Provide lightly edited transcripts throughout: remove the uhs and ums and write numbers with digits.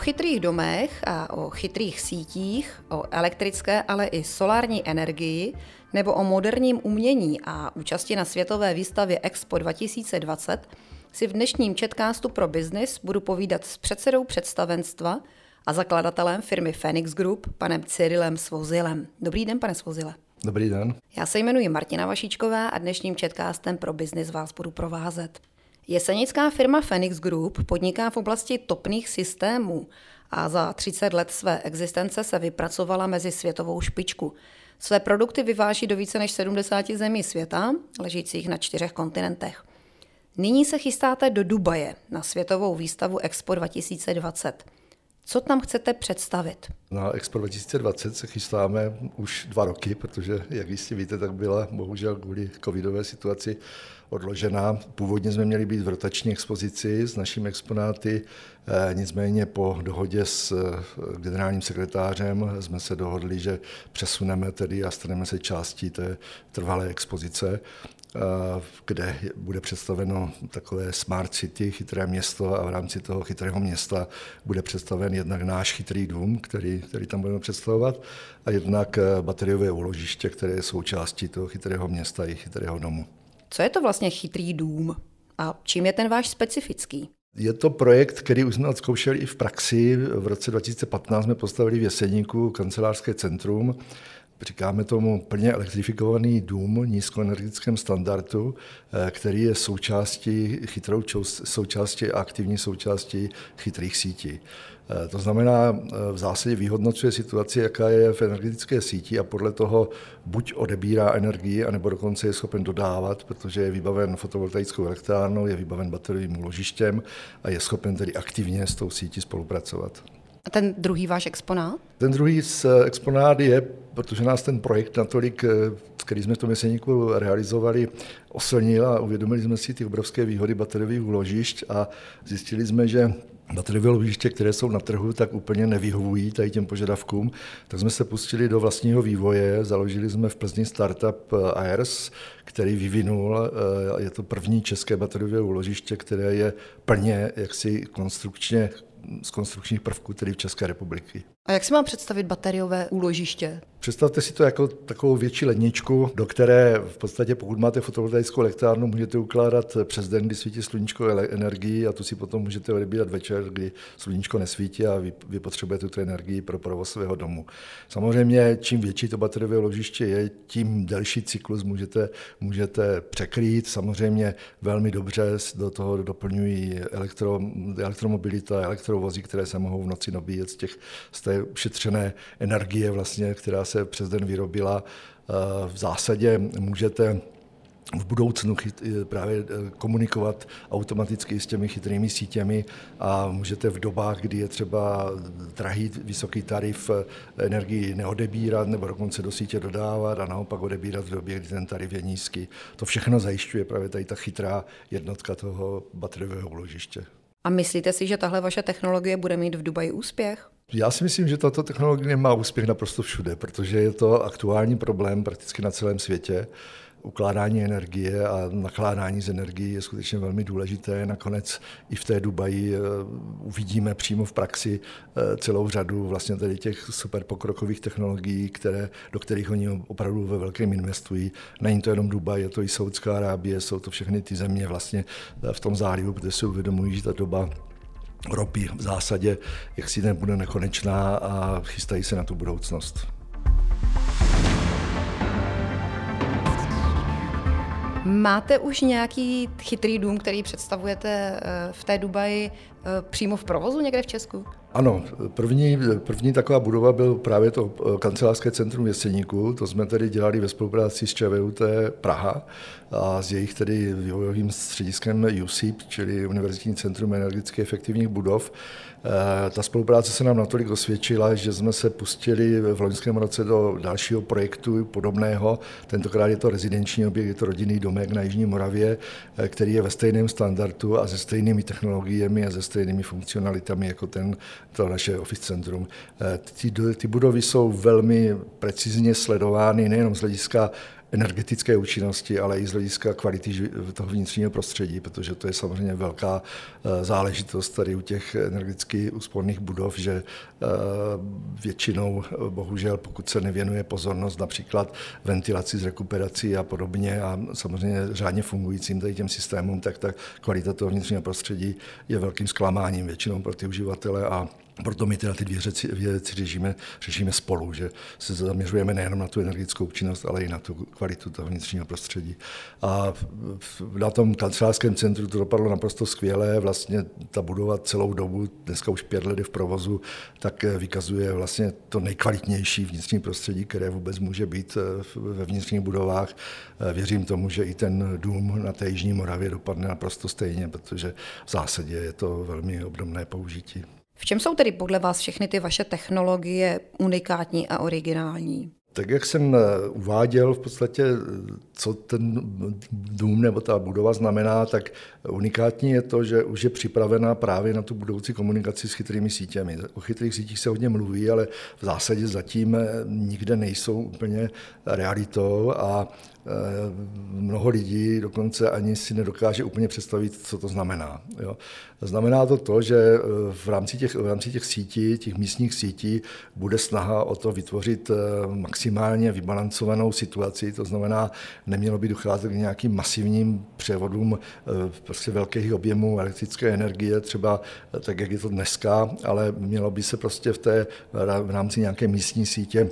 chytrých domech a o chytrých sítích, o elektrické, ale i solární energii nebo o moderním umění a účasti na světové výstavě Expo 2020 si v dnešním Chatcastu pro Business budu povídat s předsedou představenstva a zakladatelem firmy Phoenix Group, panem Cyrilem Svozilem. Dobrý den, pane Svozile. Dobrý den. Já se jmenuji Martina Vašíčková a dnešním Chatcastem pro Business vás budu provázet. Jesenická firma Phoenix Group podniká v oblasti topných systémů a za 30 let své existence se vypracovala mezi světovou špičku. Své produkty vyváží do více než 70 zemí světa, ležících na 4 kontinentech. Nyní se chystáte do Dubaje na světovou výstavu Expo 2020. Co tam chcete představit? Na Expo 2020 se chystáme už 2 roky, protože, jak jistě víte, tak byla bohužel kvůli covidové situaci odložená. Původně jsme měli být v rotační expozici s našimi exponáty, nicméně po dohodě s generálním sekretářem jsme se dohodli, že přesuneme tedy a staneme se částí té trvalé expozice, kde bude představeno takové smart city, chytré město, a v rámci toho chytrého města bude představen jednak náš chytrý dům, který tam budeme představovat, a jednak bateriové úložiště, které je součástí toho chytrého města i chytrého domu. Co je to vlastně chytrý dům a čím je ten váš specifický? Je to projekt, který už jsme odzkoušeli i v praxi. V roce 2015 jsme postavili v Jeseníku kancelářské centrum. Říkáme tomu plně elektrifikovaný dům nízkoenergetickém standardu, který je součástí a aktivní součástí chytrých sítí. To znamená, v zásadě vyhodnocuje situaci, jaká je v energetické síti, a podle toho buď odebírá energii, anebo dokonce je schopen dodávat, protože je vybaven fotovoltaickou elektrárnou, je vybaven bateriovým úložištěm a je schopen tedy aktivně s tou sítí spolupracovat. A ten druhý váš exponát? Ten druhý exponát je, protože nás ten projekt natolik, který jsme v tom Jeseníku realizovali, oslnil a uvědomili jsme si ty obrovské výhody bateriových úložišť a zjistili jsme, že bateriové úložiště, které jsou na trhu, tak úplně nevyhovují tady těm požadavkům, tak jsme se pustili do vlastního vývoje, založili jsme v Plzni startup AERS, který vyvinul, je to první české bateriové úložiště, které je plně jaksi z konstrukčních prvků, tedy v České republiky. A jak si mám představit bateriové úložiště? Představte si to jako takovou větší ledničku, do které v podstatě, pokud máte fotovoltaickou elektrárnu, můžete ukládat přes den, kdy svítí sluníčko, energii, a tu si potom můžete odebírat večer, kdy sluníčko nesvítí a vy potřebujete tu energii pro provoz svého domu. Samozřejmě, čím větší to bateriové úložiště je, tím delší cyklus můžete překrýt. Samozřejmě velmi dobře do toho doplňují elektromobilita, elektrovozy, které se mohou v noci nabíjet z té ušetřené energie, vlastně, která se přes den vyrobila. V zásadě můžete v budoucnu právě komunikovat automaticky s těmi chytrými sítěmi a můžete v dobách, kdy je třeba drahý vysoký tarif, energii neodebírat nebo dokonce do sítě dodávat a naopak odebírat v době, kdy ten tarif je nízký. To všechno zajišťuje právě tady ta chytrá jednotka toho bateriového úložiště. A myslíte si, že tahle vaše technologie bude mít v Dubaji úspěch? Já si myslím, že tato technologie má úspěch naprosto všude, protože je to aktuální problém prakticky na celém světě. Ukládání energie a nakládání s energií je skutečně velmi důležité. Nakonec i v té Dubaji uvidíme přímo v praxi celou řadu vlastně tady těch super pokrokových technologií, do kterých oni opravdu ve velkém investují. Není to jenom Dubaj, je to i Saudská Arábie, jsou to všechny ty země vlastně v tom zálivu, kde si uvědomují, že ta doba ropy v zásadě jaksi nebude nekonečná a chystají se na tu budoucnost. Máte už nějaký chytrý dům, který představujete v té Dubaji přímo v provozu někde v Česku? Ano, první taková budova byl právě to kancelářské centrum v Jeseníku. To jsme tedy dělali ve spolupráci s ČVUT Praha a s jejich tedy vývojovým střediskem USIP, čili Univerzitní centrum energeticky efektivních budov. Ta spolupráce se nám natolik osvědčila, že jsme se pustili v loňském roce do dalšího projektu podobného. Tentokrát je to rezidenční objekt, je to rodinný domek na Jižní Moravě, který je ve stejném standardu a se stejnými technologiemi a se stejnými funkcionalitami jako to naše office centrum. Ty budovy jsou velmi precizně sledovány nejenom z hlediska energetické účinnosti, ale i z hlediska kvality toho vnitřního prostředí, protože to je samozřejmě velká záležitost tady u těch energeticky úsporných budov, že většinou, bohužel, pokud se nevěnuje pozornost například ventilaci, z rekuperací a podobně a samozřejmě řádně fungujícím tady těm systémům, tak ta kvalita toho vnitřního prostředí je velkým zklamáním většinou pro ty uživatele a proto my ty dvě věci řešíme spolu, že se zaměřujeme nejenom na tu energetickou účinnost, ale i na tu kvalitu toho vnitřního prostředí. A na tom kancelářském centru to dopadlo naprosto skvěle. Vlastně ta budova celou dobu, dneska už 5 let je v provozu, tak vykazuje vlastně to nejkvalitnější vnitřní prostředí, které vůbec může být ve vnitřních budovách. Věřím tomu, že i ten dům na té Jižní Moravě dopadne naprosto stejně, protože v zásadě je to velmi obdobné použití. V čem jsou tedy podle vás všechny ty vaše technologie unikátní a originální? Tak jak jsem uváděl v podstatě, co ten dům nebo ta budova znamená, tak unikátní je to, že už je připravená právě na tu budoucí komunikaci s chytrými sítěmi. O chytrých sítích se hodně mluví, ale v zásadě zatím nikde nejsou úplně realitou a mnoho lidí dokonce ani si nedokáže úplně představit, co to znamená. Jo. Znamená to, že v rámci těch sítí, těch místních sítí, bude snaha o to vytvořit maximálně vybalancovanou situaci, to znamená, nemělo by docházet k nějakým masivním převodům prostě velkých objemů elektrické energie, třeba tak, jak je to dneska, ale mělo by se prostě v rámci nějaké místní sítě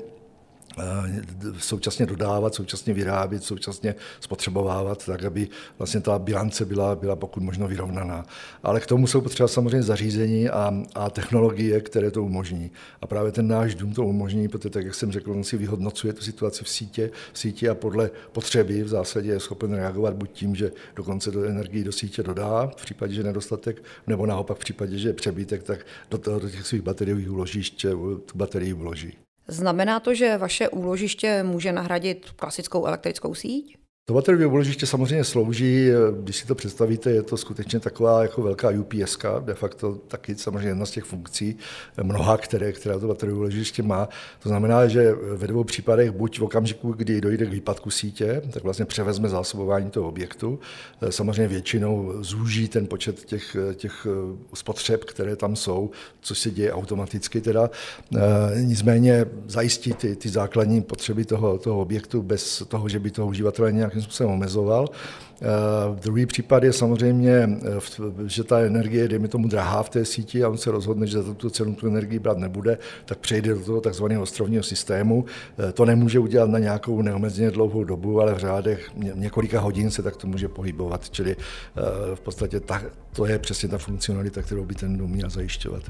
současně dodávat, současně vyrábět, současně spotřebovávat, tak aby vlastně ta bilance byla pokud možno vyrovnaná. Ale k tomu jsou potřeba samozřejmě zařízení a technologie, které to umožní. A právě ten náš dům to umožní, protože tak, jak jsem řekl, on si vyhodnocuje tu situaci v síti a podle potřeby v zásadě je schopen reagovat buď tím, že dokonce do energii do sítě dodá, v případě, že nedostatek, nebo naopak v případě, že je přebytek, tak do těch svých bateriových úložišť tu baterii vloží. Znamená to, že vaše úložiště může nahradit klasickou elektrickou síť? To bateriové úložiště samozřejmě slouží, když si to představíte, je to skutečně taková jako velká UPS-ka, de facto taky samozřejmě jedna z těch funkcí mnoha, která to bateriové úložiště má. To znamená, že ve 2 případech buď v okamžiku, kdy dojde k výpadku sítě, tak vlastně převezme zásobování toho objektu. Samozřejmě většinou zúží ten počet těch spotřeb, které tam jsou, což se děje automaticky teda. Nicméně zajistí ty základní potřeby toho objektu bez toho, že by toho uživatele nějakým způsobem omezoval. Druhý případ je samozřejmě, že ta energie je, dejme tomu, drahá v té síti a on se rozhodne, že za tu cenu tu energii brát nebude, tak přejde do toho takzvaného ostrovního systému. To nemůže udělat na nějakou neomezeně dlouhou dobu, ale v řádech několika hodin se tak to může pohybovat. Čili v podstatě to je přesně ta funkcionalita, kterou by ten dům měl zajišťovat.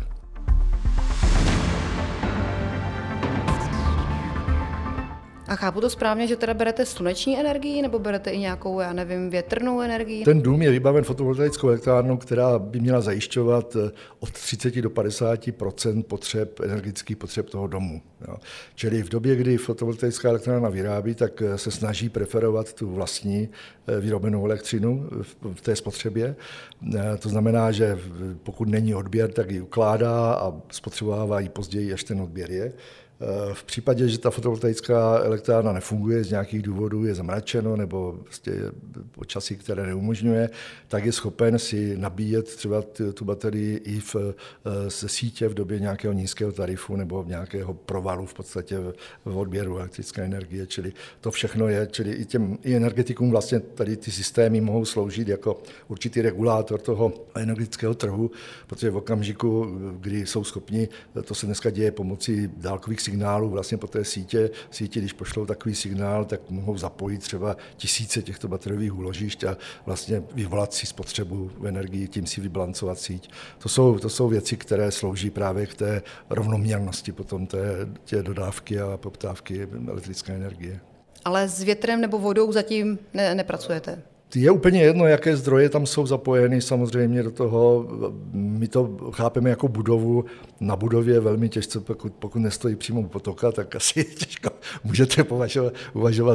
A chápu to správně, že teda berete sluneční energii nebo berete i nějakou, já nevím, větrnou energii? Ten dům je vybaven fotovoltaickou elektrárnou, která by měla zajišťovat od 30 do 50% energetických potřeb toho domu. Jo. Čili v době, kdy fotovoltaická elektrárna vyrábí, tak se snaží preferovat tu vlastní vyrobenou elektřinu v té spotřebě. To znamená, že pokud není odběr, tak ji ukládá a spotřebovává ji později, až ten odběr je. V případě, že ta fotovoltaická elektrárna nefunguje z nějakých důvodů, je zamračeno nebo prostě počasí, které neumožňuje, tak je schopen si nabíjet třeba tu baterii i ze sítě v době nějakého nízkého tarifu nebo nějakého provalu v podstatě v odběru elektrické energie. Čili to všechno je, čili i energetikům vlastně tady ty systémy mohou sloužit jako určitý regulátor toho energetického trhu, protože v okamžiku, kdy jsou schopni, to se dneska děje pomocí dálkových signálů vlastně po té síti, když pošlou takový signál, tak mohou zapojit třeba tisíce těchto bateriových úložišť a vlastně vyvolat si spotřebu v energii, tím si vybalancovat síť. To jsou věci, které slouží právě k té rovnoměrnosti potom té dodávky a poptávky elektrické energie. Ale s větrem nebo vodou zatím nepracujete? Je úplně jedno, jaké zdroje tam jsou zapojeny samozřejmě do toho. my to chápeme jako budovu. Na budově velmi těžce, pokud nestojí přímo u potoka, tak asi těžko můžete uvažovat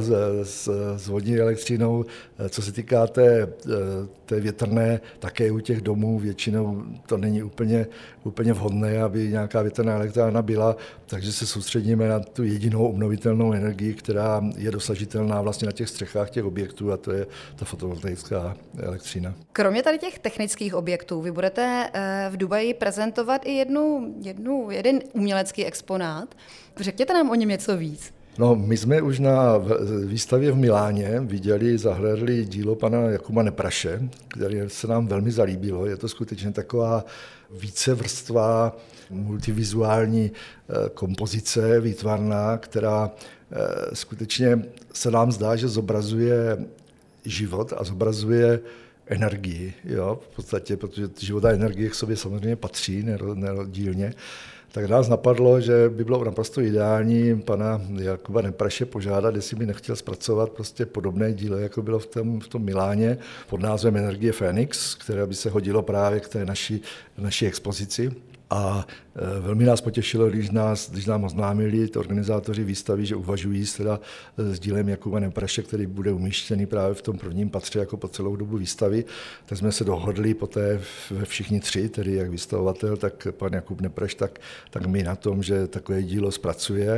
s vodní elektřinou. Co se týká té větrné, také u těch domů většinou to není úplně vhodné, aby nějaká větrná elektrárna byla, takže se soustředíme na tu jedinou obnovitelnou energii, která je dosažitelná vlastně na těch střechách těch objektů, a to je ta fotovoltaická elektřina. Kromě tady těch technických objektů, vy budete v Dubaji prezentovat i jeden umělecký exponát. Řekněte nám o něm něco víc. No, my jsme už na výstavě v Miláně zahlédli dílo pana Jakuba Nepraše, které se nám velmi zalíbilo. Je to skutečně taková vícevrstvá multivizuální kompozice výtvarná, která skutečně se nám zdá, že zobrazuje život a zobrazuje energii. Jo? V podstatě, protože život a energie k sobě samozřejmě patří nerozdílně. Tak nás napadlo, že by bylo naprosto ideální pana Jakuba Nepraše požádat, jestli by nechtěl zpracovat prostě podobné dílo, jako bylo v tom Miláně pod názvem Energie Fénix, které by se hodilo právě k té naší expozici. A velmi nás potěšilo, když nám oznámili organizátoři výstavy, že uvažují s dílem Jakuba Nepraše, který bude umístěný právě v tom prvním patře jako po celou dobu výstavy. Tak jsme se dohodli poté všichni tři, tedy jak vystavovatel, tak pan Jakub Nepraš, tak my na tom, že takové dílo zpracuje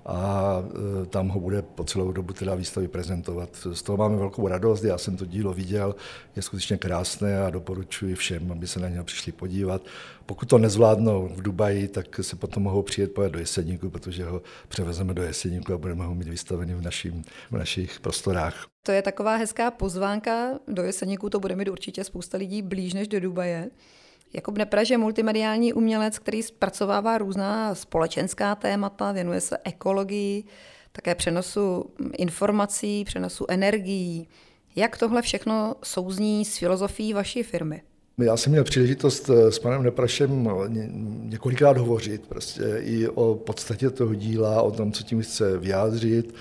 a tam ho bude po celou dobu výstavy prezentovat. Z toho máme velkou radost, já jsem to dílo viděl, je skutečně krásné a doporučuji všem, aby se na něho přišli podívat. Pokud to nezvládnou v Dubaji, tak se potom mohou přijet do Jeseníku, protože ho převezeme do Jeseníku a budeme ho mít vystavený v našich prostorách. To je taková hezká pozvánka, do Jeseníku to bude mít určitě spousta lidí blíž než do Dubaje. Jakub Nepraš je multimediální umělec, který zpracovává různá společenská témata, věnuje se ekologii, také přenosu informací, přenosu energií. Jak tohle všechno souzní s filozofií vaší firmy? Já jsem měl příležitost s panem Neprašem několikrát hovořit prostě i o podstatě toho díla, o tom, co tím chce vyjádřit,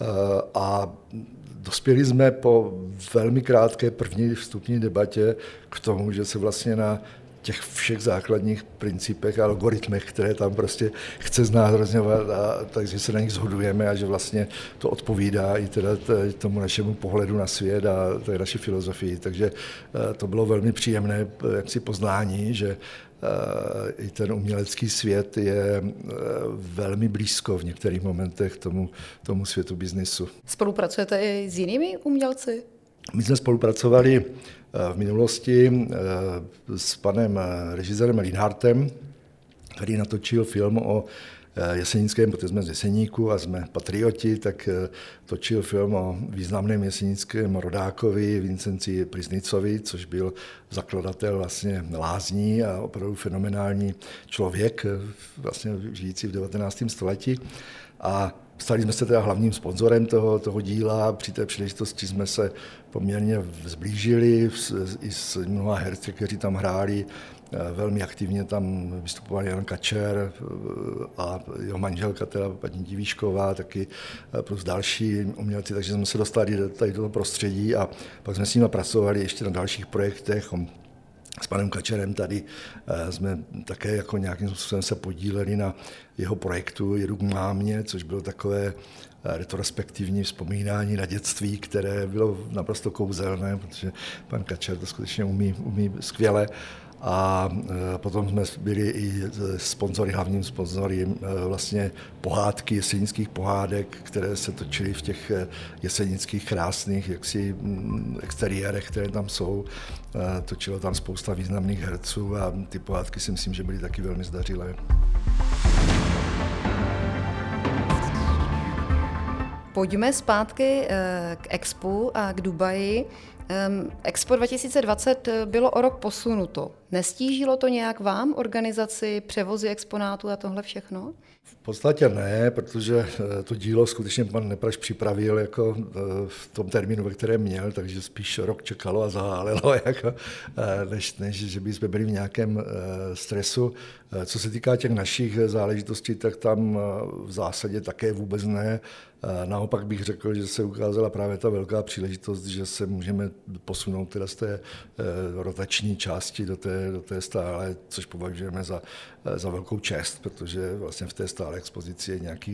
a dospěli jsme po velmi krátké první vstupní debatě k tomu, že se vlastně na těch všech základních principech a algoritmech, které tam prostě chce znázorňovat, takže se na nich shodujeme a že vlastně to odpovídá i tomu našemu pohledu na svět a té naší filozofii. Takže to bylo velmi příjemné jaksi poznání, že i ten umělecký svět je velmi blízko v některých momentech tomu světu biznisu. Spolupracujete i s jinými umělci? My jsme spolupracovali v minulosti s panem režisérem Linhartem, který natočil film o jesenickém, protože jsme z Jeseníku a jsme patrioti, tak točil film o významném jesenickém rodákovi Vincenci Priznicovi, což byl zakladatel vlastně lázní a opravdu fenomenální člověk, vlastně žijící v 19. století. A stali jsme se teda hlavním sponzorem toho díla. Při té příležitosti jsme se poměrně zblížili i s mnoha herci, kteří tam hráli. Velmi aktivně tam vystupoval Jan Kačer a jeho manželka, teda paní Divíšková, taky plus další umělci, takže jsme se dostali do toho prostředí a pak jsme s nimi pracovali ještě na dalších projektech. S panem Kačerem tady jsme také jako nějakým způsobem se podíleli na jeho projektu Jedu k mámě, což bylo takové retrospektivní vzpomínání na dětství, které bylo naprosto kouzelné, protože pan Kačer to skutečně umí skvěle. A potom jsme byli i hlavním sponzory vlastně pohádky, jesenických pohádek, které se točily v těch jesenických krásných exteriérech, které tam jsou. Točilo tam spousta významných herců a ty pohádky si myslím, že byly taky velmi zdařilé. Pojďme zpátky k Expu a k Dubaji. Expo 2020 bylo o rok posunuto. Nestížilo to nějak vám, organizaci, převozy exponátů a tohle všechno? V podstatě ne, protože to dílo skutečně pan Nepraš připravil jako v tom termínu, ve kterém měl, takže spíš rok čekalo a zahálelo, jako, než že by jsme byli v nějakém stresu. Co se týká těch našich záležitostí, tak tam v zásadě také vůbec ne. Naopak bych řekl, že se ukázala právě ta velká příležitost, že se můžeme posunout teda z té rotační části do té stále, což považujeme za velkou čest, protože vlastně v té stále expozici je nějakých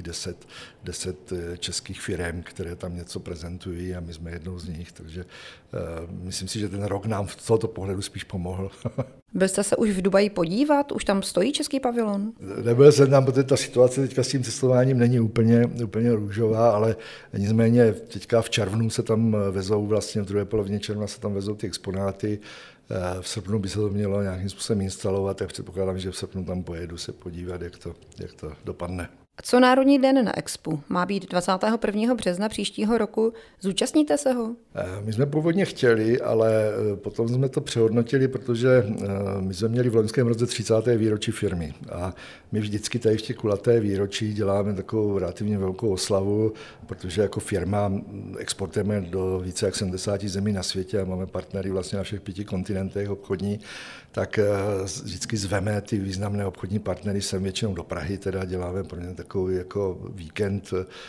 10 českých firem, které tam něco prezentují a my jsme jednou z nich, takže myslím si, že ten rok nám v tohoto pohledu spíš pomohl. Byl jste se už v Dubaji podívat? Už tam stojí český pavilon? Nebyl jsem tam, protože ta situace teďka s tím cestováním není úplně růžová, ale nicméně teďka v červnu se tam vezou, vlastně v druhé polovině června se tam vezou ty exponáty. V srpnu by se to mělo nějakým způsobem instalovat, tak předpokládám, že v srpnu tam pojedu se podívat, jak to dopadne. A co Národní den na Expu? Má být 21. března příštího roku. Zúčastníte se ho? My jsme původně chtěli, ale potom jsme to přehodnotili, protože my jsme měli v loňském roce 30. výročí firmy. A my vždycky tady v těch kulaté výročí děláme takovou relativně velkou oslavu, protože jako firma exportujeme do více jak 70 zemí na světě a máme partnery vlastně na všech 5 kontinentech obchodní, tak vždycky zveme ty významné obchodní partnery sem většinou do Prahy, teda děláme pro ně takový jako víkend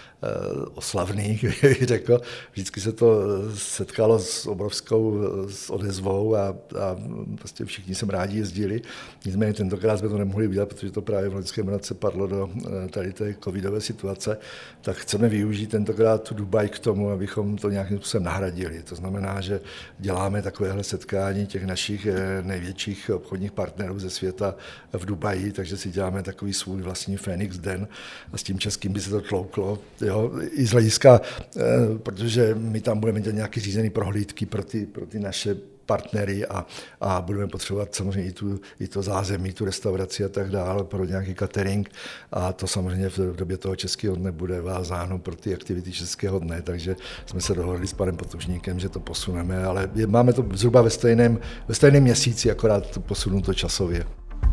oslavný, bych řekl. Vždycky se to setkalo s obrovskou odezvou a prostě všichni sem rádi jezdili. Nicméně tentokrát jsme to nemohli udělat, protože to právě v loňském roce padlo do tady té covidové situace, tak chceme využít tentokrát tu Dubaj k tomu, abychom to nějakým způsobem nahradili. To znamená, že děláme takovéhle setkání těch našich největších obchodních partnerů ze světa v Dubaji, takže si děláme takový svůj vlastní Phoenix Den a s tím českým by se to tlouklo. Jo, i z hlediska, protože my tam budeme dělat nějaké řízené prohlídky pro ty naše partnery a budeme potřebovat samozřejmě i to zázemí, tu restauraci a tak dále pro nějaký catering a to samozřejmě v době toho českého dne bude vázáno pro ty aktivity českého dne, takže jsme se dohodli s panem Potužníkem, že to posuneme, ale máme to zhruba ve stejném měsíci, akorát posunu to časově.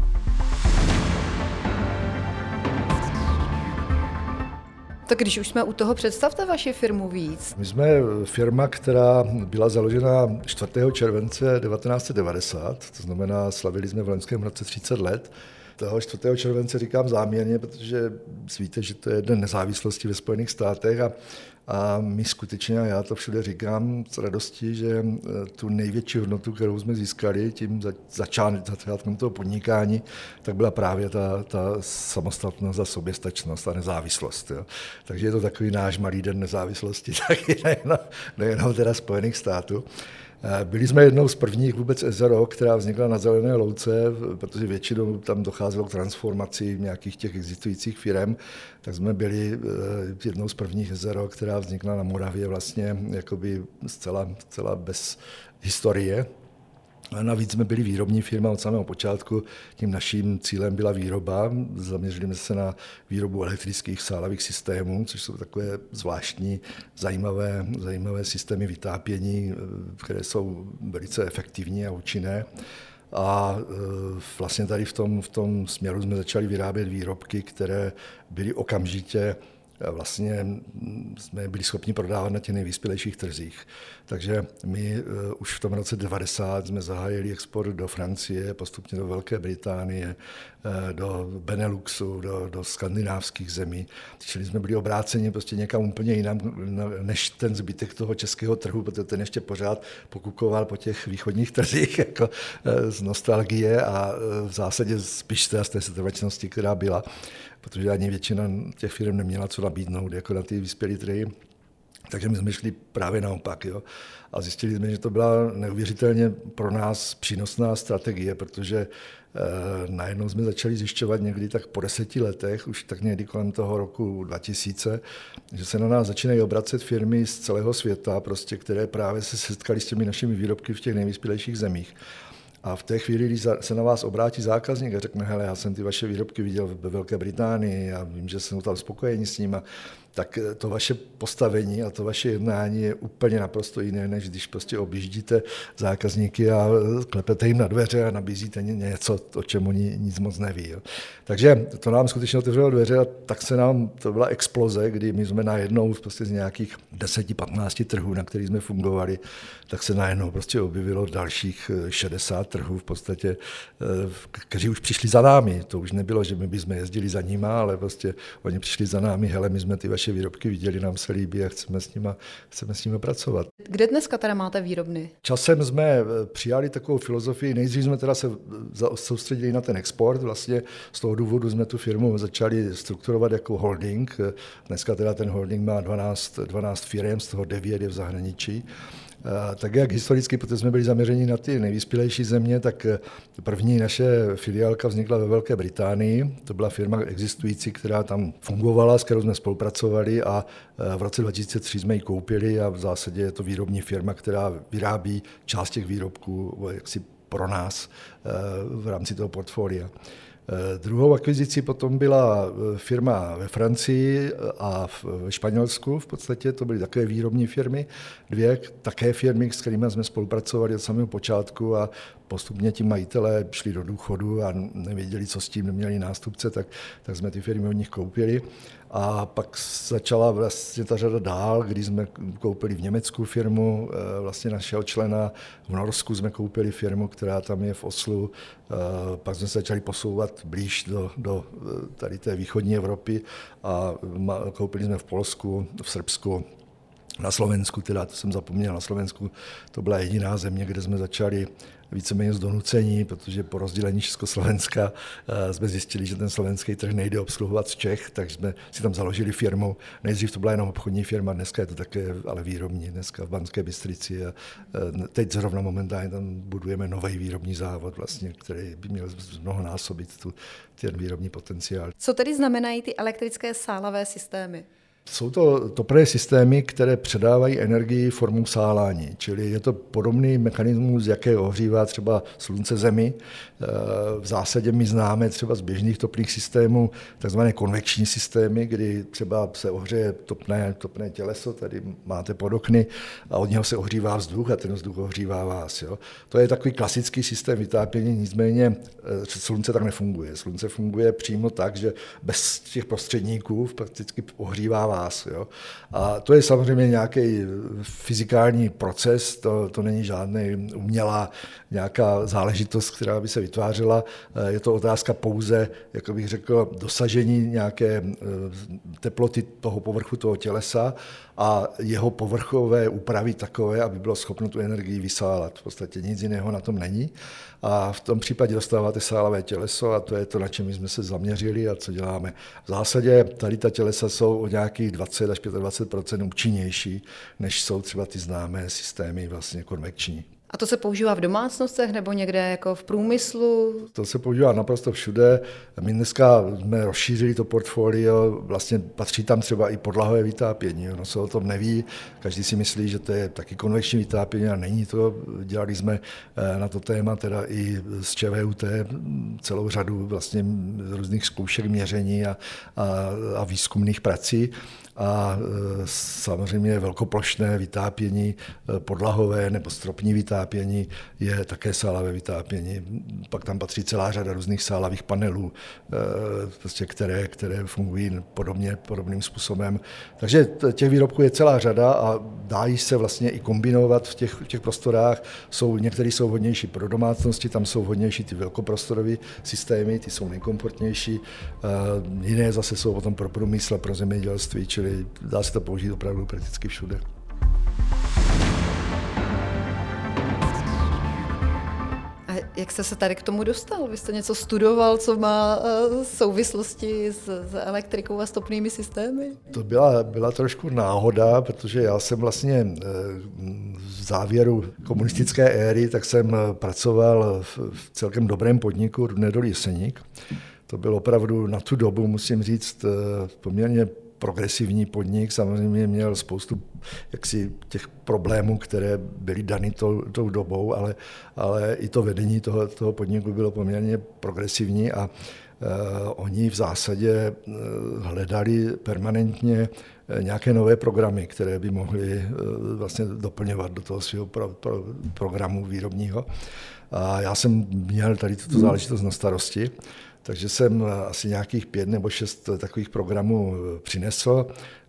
Tak když už jsme u toho, představte vaši firmu víc. My jsme firma, která byla založena 4. července 1990, to znamená, slavili jsme v loňském roce 30 let. Toho 4. července říkám záměrně, protože víte, že to je den nezávislosti ve Spojených státech a my skutečně, a já to všude říkám s radostí, že tu největší hodnotu, kterou jsme získali tím začátkem toho podnikání, tak byla právě ta samostatnost a soběstačnost a nezávislost. Jo. Takže je to takový náš malý den nezávislosti, taky nejenom teda Spojených států. Byli jsme jednou z prvních vůbec SRO, která vznikla na Zelené louce, protože většinou tam docházelo k transformaci nějakých těch existujících firem, tak jsme byli jednou z prvních SRO, která vznikla na Moravě vlastně jakoby zcela bez historie. A navíc jsme byli výrobní firma od samého počátku, tím naším cílem byla výroba, zaměřili jsme se na výrobu elektrických sálavých systémů, což jsou takové zvláštní, zajímavé systémy vytápění, které jsou velice efektivní a účinné. A vlastně tady v tom směru jsme začali vyrábět výrobky, které byly okamžitě vlastně jsme byli schopni prodávat na těch nejvyspělejších trzích. Takže my už v tom roce 90 jsme zahájili export do Francie, postupně do Velké Británie, do Beneluxu, do skandinávských zemí. Čili jsme byli obráceni prostě někam úplně jinam, než ten zbytek toho českého trhu, protože ten ještě pořád pokukoval po těch východních trzích jako z nostalgie a v zásadě spíš z té setrvačnosti, která byla, protože ani většina těch firm neměla co nabídnout jako na ty vyspělé trhy. Takže my jsme šli právě naopak. Jo? A zjistili jsme, že to byla neuvěřitelně pro nás přínosná strategie, protože najednou jsme začali zjišťovat někdy tak po 10 letech, už tak někdy kolem toho roku 2000, že se na nás začínají obracet firmy z celého světa, prostě, které právě se setkaly s těmi našimi výrobky v těch nejvyspělejších zemích. A v té chvíli, když se na vás obrátí zákazník a řekne, hele, já jsem ty vaše výrobky viděl ve Velké Británii a vím, že jsem tam spokojení s nimi, tak to vaše postavení a to vaše jednání je úplně naprosto jiné, než když prostě objíždíte zákazníky a klepete jim na dveře a nabízíte něco, o čem oni nic moc neví. Jo. Takže to nám skutečně otevřelo dveře a tak se nám, to byla exploze, kdy my jsme najednou prostě z nějakých 10-15 trhů, na kterých jsme fungovali, tak se najednou prostě objevilo dalších 60 trhů v podstatě, kteří už přišli za námi. To už nebylo, že my bychom jezdili za nima, ale prostě oni přišli za námi, hele, my jsme ty vaše naše výrobky viděli, nám se líbí a chceme s nimi pracovat. Kde dneska teda máte výrobny? Časem jsme přijali takovou filozofii, nejdřív jsme teda se soustředili na ten export, vlastně z toho důvodu jsme tu firmu začali strukturovat jako holding. Dneska teda ten holding má 12 firm, z toho 9 je v zahraničí. Tak jak historicky, protože jsme byli zaměřeni na ty nejvyspělejší země, tak první naše filiálka vznikla ve Velké Británii. To byla firma existující, která tam fungovala, s kterou jsme spolupracovali a v roce 2003 jsme ji koupili a v zásadě je to výrobní firma, která vyrábí část těch výrobků jaksi pro nás v rámci toho portfolia. Druhou akvizicí potom byla firma ve Francii a v Španělsku v podstatě, to byly takové výrobní firmy, dvě také firmy, s kterými jsme spolupracovali od samého počátku a postupně ti majitelé šli do důchodu a nevěděli, co s tím, neměli nástupce, tak jsme ty firmy od nich koupili. A pak začala vlastně ta řada dál, kdy jsme koupili v Německu firmu, vlastně našeho člena, v Norsku jsme koupili firmu, která tam je v Oslu, pak jsme se začali posouvat blíž do tady té východní Evropy a koupili jsme v Polsku, v Srbsku, na Slovensku, teda to jsem zapomněl, na Slovensku to byla jediná země, kde jsme začali víceméně z donucení, protože po rozdělení Československa jsme zjistili, že ten slovenský trh nejde obsluhovat z Čech, takže jsme si tam založili firmu. Nejdřív to byla jenom obchodní firma, dneska je to také ale výrobní, dneska v Banské Bystrici a teď zrovna momentálně tam budujeme nový výrobní závod, vlastně, který by měl mnohonásobit ten výrobní potenciál. Co tedy znamenají ty elektrické sálavé systémy? Jsou to topné systémy, které předávají energii formou sálání, čili je to podobný mechanismus, jaké ohřívá třeba slunce Zemi. V zásadě my známe třeba z běžných topných systémů takzvané konvekční systémy, kdy třeba se ohřeje topné těleso, tady máte pod okny a od něho se ohřívá vzduch a ten vzduch ohřívá vás. Jo. To je takový klasický systém vytápění, nicméně slunce tak nefunguje. Slunce funguje přímo tak, že bez těch prostředníků prakticky ohřívá vás. Jo. A to je samozřejmě nějaký fyzikální proces, to není žádný umělá nějaká záležitost, která by se vytvářela. Je to otázka pouze, jak bych řekl, dosažení nějaké teploty toho povrchu toho tělesa a jeho povrchové úpravy takové, aby bylo schopno tu energii vysálat. V podstatě nic jiného na tom není. A v tom případě dostáváte sálavé těleso a to je to, na čem jsme se zaměřili a co děláme. V zásadě tady ta tělesa jsou o nějakých 20 až 25% účinnější, než jsou třeba ty známé systémy vlastně konvekční. A to se používá v domácnostech nebo někde jako v průmyslu? To se používá naprosto všude. My dneska jsme rozšířili to portfolio, vlastně patří tam třeba i podlahové vytápění. Ono se o tom neví, každý si myslí, že to je taky konvekční vytápění a není to. Dělali jsme na to téma teda i z ČVUT celou řadu vlastně různých zkoušek, měření a výzkumných prací. A samozřejmě velkoplošné vytápění, podlahové nebo stropní vytápění je také sálavé vytápění. Pak tam patří celá řada různých sálavých panelů, prostě které fungují podobným způsobem. Takže těch výrobků je celá řada a dají se vlastně i kombinovat v těch prostorách. Některé jsou vhodnější pro domácnosti, tam jsou vhodnější ty velkoprostorové systémy, ty jsou nejkomfortnější. Jiné zase jsou potom pro průmysl, pro zemědělství, čili dá se to použít opravdu prakticky všude. A jak jste se tady k tomu dostal? Vy jste něco studoval, co má souvislosti s elektrikou a s topnými systémy? To byla trošku náhoda, protože já jsem vlastně v závěru komunistické éry, tak jsem pracoval v celkem dobrém podniku Rudné doly Jeseník. To byl opravdu na tu dobu, musím říct, poměrně progresivní podnik, samozřejmě měl spoustu těch problémů, které byly dany tou dobou, ale i to vedení toho podniku bylo poměrně progresivní a oni v zásadě hledali permanentně nějaké nové programy, které by mohly vlastně doplňovat do toho svého programu výrobního. A já jsem měl tady tuto záležitost na starosti, takže jsem asi nějakých 5 nebo 6 takových programů přinesl.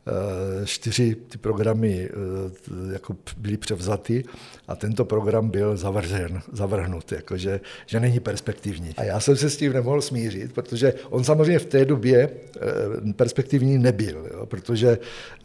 4 ty programy jako byly převzaty a tento program byl zavrhnut, jakože, že není perspektivní. A já jsem se s tím nemohl smířit, protože on samozřejmě v té době perspektivní nebyl, jo, protože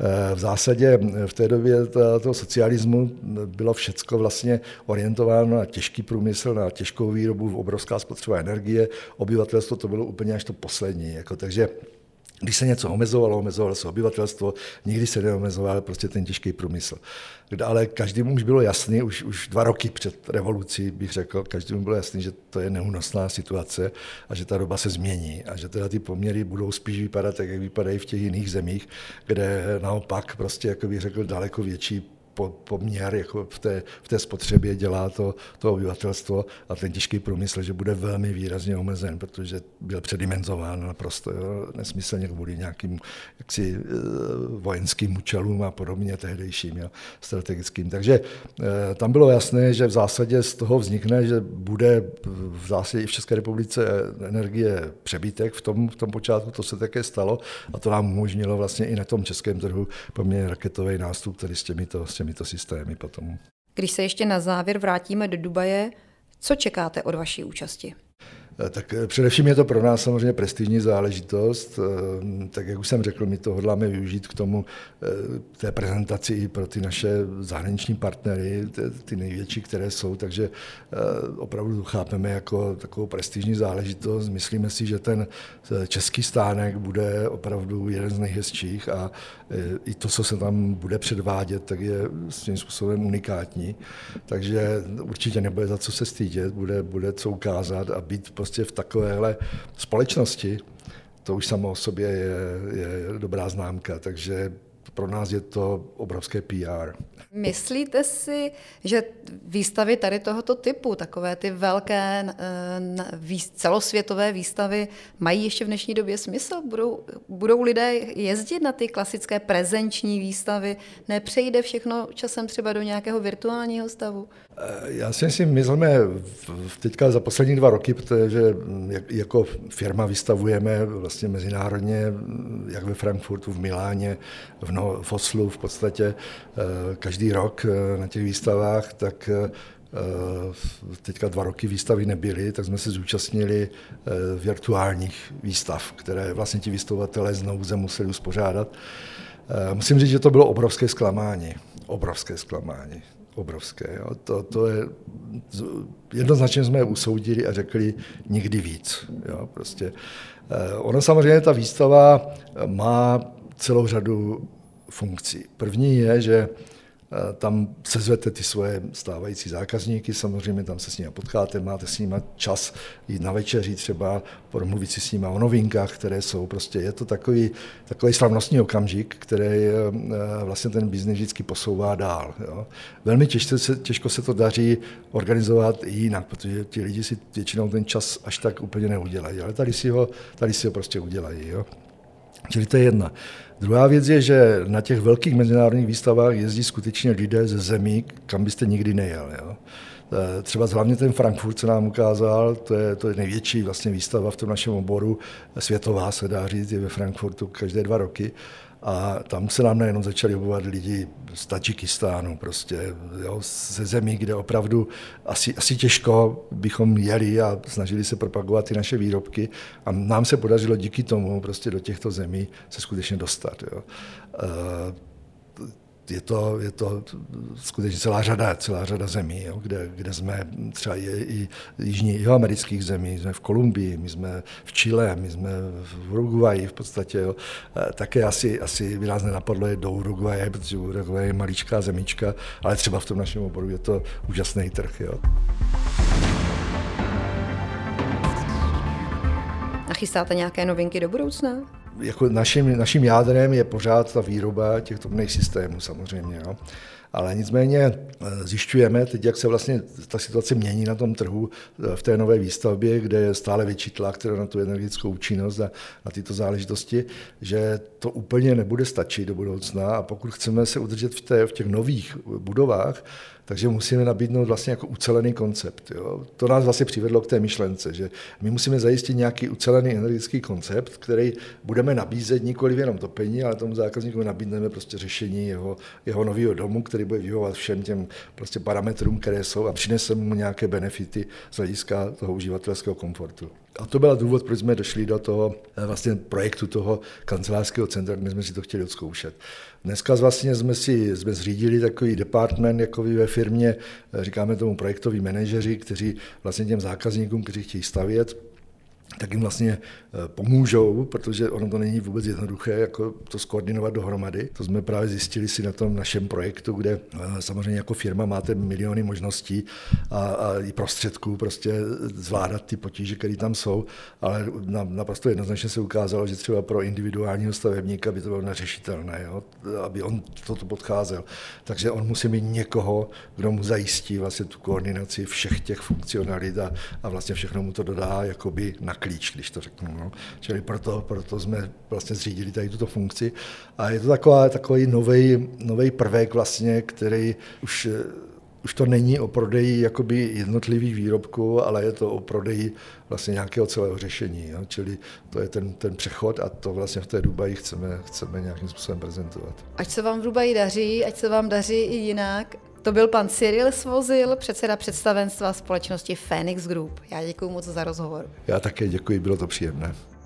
v zásadě v té době toho socialismu bylo všecko vlastně orientováno na těžký průmysl, na těžkou výrobu, obrovská spotřeba energie, obyvatelstvo to bylo úplně až to poslední, jako, takže když se něco omezovalo se obyvatelstvo, nikdy se neomezoval prostě ten těžký průmysl. Ale každému už bylo jasný, už 2 roky před revolucí bych řekl, každému bylo jasný, že to je neúnosná situace a že ta doba se změní a že teda ty poměry budou spíš vypadat tak, jak vypadají v těch jiných zemích, kde naopak prostě, jako bych řekl, daleko větší poměr jako v té spotřebě dělá to obyvatelstvo a ten těžký průmysl, že bude velmi výrazně omezen, protože byl předimenzován naprosto nesmyslně kvůli nějakým jaksi vojenským účelům a podobně tehdejším strategickým. Takže tam bylo jasné, že v zásadě z toho vznikne, že bude v zásadě i v České republice energie přebytek v tom počátku, to se také stalo a to nám umožnilo vlastně i na tom českém trhu poměrně raketový nástup tady s těmito systémy potom. Když se ještě na závěr vrátíme do Dubaje, co čekáte od vaší účasti? Tak především je to pro nás samozřejmě prestižní záležitost. Tak jak už jsem řekl, my to hodláme využít k tomu té prezentaci i pro ty naše zahraniční partnery, ty největší, které jsou, takže opravdu chápeme jako takovou prestižní záležitost. Myslíme si, že ten český stánek bude opravdu jeden z nejhezčích a i to, co se tam bude předvádět, tak je svým způsobem unikátní. Takže určitě nebude za co se stydět, bude co ukázat a být prostě v takovéhle společnosti, to už samo o sobě je dobrá známka, takže pro nás je to obrovské PR. Myslíte si, že výstavy tady tohoto typu, takové ty velké celosvětové výstavy, mají ještě v dnešní době smysl? Budou lidé jezdit na ty klasické prezenční výstavy? Nepřejde všechno časem třeba do nějakého virtuálního stavu? Já si myslím, my jsme teďka za poslední 2 roky, protože jako firma vystavujeme vlastně mezinárodně, jak ve Frankfurtu, v Miláně, v Oslu v podstatě každý rok na těch výstavách, tak teďka 2 roky výstavy nebyly, tak jsme se zúčastnili virtuálních výstav, které vlastně ti vystavovatelé z nouze museli uspořádat. Musím říct, že to bylo obrovské zklamání. Obrovské. Jo. To je, jednoznačně jsme je usoudili a řekli nikdy víc. Jo, prostě. Ono samozřejmě ta výstava má celou řadu funkcí. První je, že tam sezvete ty svoje stávající zákazníky, samozřejmě tam se s nimi potkáte, máte s nimi čas jít na večeři třeba, promluvit si s nimi o novinkách, které jsou, prostě je to takový slavnostní okamžik, který vlastně ten biznis vždycky posouvá dál. Jo. Velmi těžko se to daří organizovat i jinak, protože ti lidi si většinou ten čas až tak úplně neudělají, ale tady si ho prostě udělají. Jo. Čili to je jedna. Druhá věc je, že na těch velkých mezinárodních výstavách jezdí skutečně lidé ze zemí, kam byste nikdy nejel. Jo. Třeba hlavně ten Frankfurt se nám ukázal, to je největší vlastně výstava v tom našem oboru, světová se dá říct, je ve Frankfurtu každé 2 roky. A tam se nám najednou začali objevovat lidi z Tadžikistánu, prostě, jo, ze zemí, kde opravdu asi těžko bychom jeli a snažili se propagovat ty naše výrobky. A nám se podařilo díky tomu prostě do těchto zemí se skutečně dostat. Jo. Je to skutečně celá řada zemí, jo, kde jsme třeba i jihoamerických zemí, jsme v Kolumbii, my jsme v Chile, my jsme v Uruguayi v podstatě. Jo. Také asi by nás nenapadlo jít do Uruguaye, protože Uruguay je maličká zemička, ale třeba v tom našem oboru je to úžasný trh. Jo. A chystáte nějaké novinky do budoucna? Jako naším jádrem je pořád ta výroba těch topných systémů samozřejmě. Jo. Ale nicméně zjišťujeme teď, jak se vlastně ta situace mění na tom trhu v té nové výstavbě, kde je stále větší tlak na tu energetickou účinnost a na tyto záležitosti, že to úplně nebude stačit do budoucna a pokud chceme se udržet v těch nových budovách, takže musíme nabídnout vlastně jako ucelený koncept. Jo. To nás vlastně přivedlo k té myšlence, že my musíme zajistit nějaký ucelený energetický koncept, který budeme nabízet nikoliv jenom topení, ale tomu zákazníkovi nabídneme prostě řešení jeho nového domu, který bude vyhovovat všem těm prostě parametrům, které jsou a přinese mu nějaké benefity z hlediska toho uživatelského komfortu. A to byl důvod, proč jsme došli do toho vlastně projektu toho kancelářského centra, kde jsme si to chtěli odzkoušet. Dneska vlastně jsme zřídili takový department jako ve firmě, říkáme tomu projektoví manažeři, kteří vlastně těm zákazníkům, kteří chtějí stavět, tak jim vlastně pomůžou, protože ono to není vůbec jednoduché, jako to skoordinovat dohromady. To jsme právě zjistili si na tom našem projektu, kde samozřejmě jako firma máte miliony možností a i prostředků prostě zvládat ty potíže, které tam jsou, ale naprosto jednoznačně se ukázalo, že třeba pro individuálního stavebníka by to bylo neřešitelné, jo? Aby on toto podcházel. Takže on musí mít někoho, kdo mu zajistí vlastně tu koordinaci všech těch funkcionalit a vlastně všechno mu to dodá jakoby na klíč, když to řeknu. No. Čili proto jsme vlastně zřídili tady tuto funkci. A je to takový nový prvek vlastně, který už to není o prodeji jakoby jednotlivých výrobků, ale je to o prodeji vlastně nějakého celého řešení. Jo. Čili to je ten přechod a to vlastně v té Dubaji chceme nějakým způsobem prezentovat. Ať se vám v Dubaji daří, ať se vám daří i jinak. To byl pan Cyril Svozil, předseda představenstva společnosti Phoenix Group. Já děkuji moc za rozhovor. Já také děkuji, bylo to příjemné.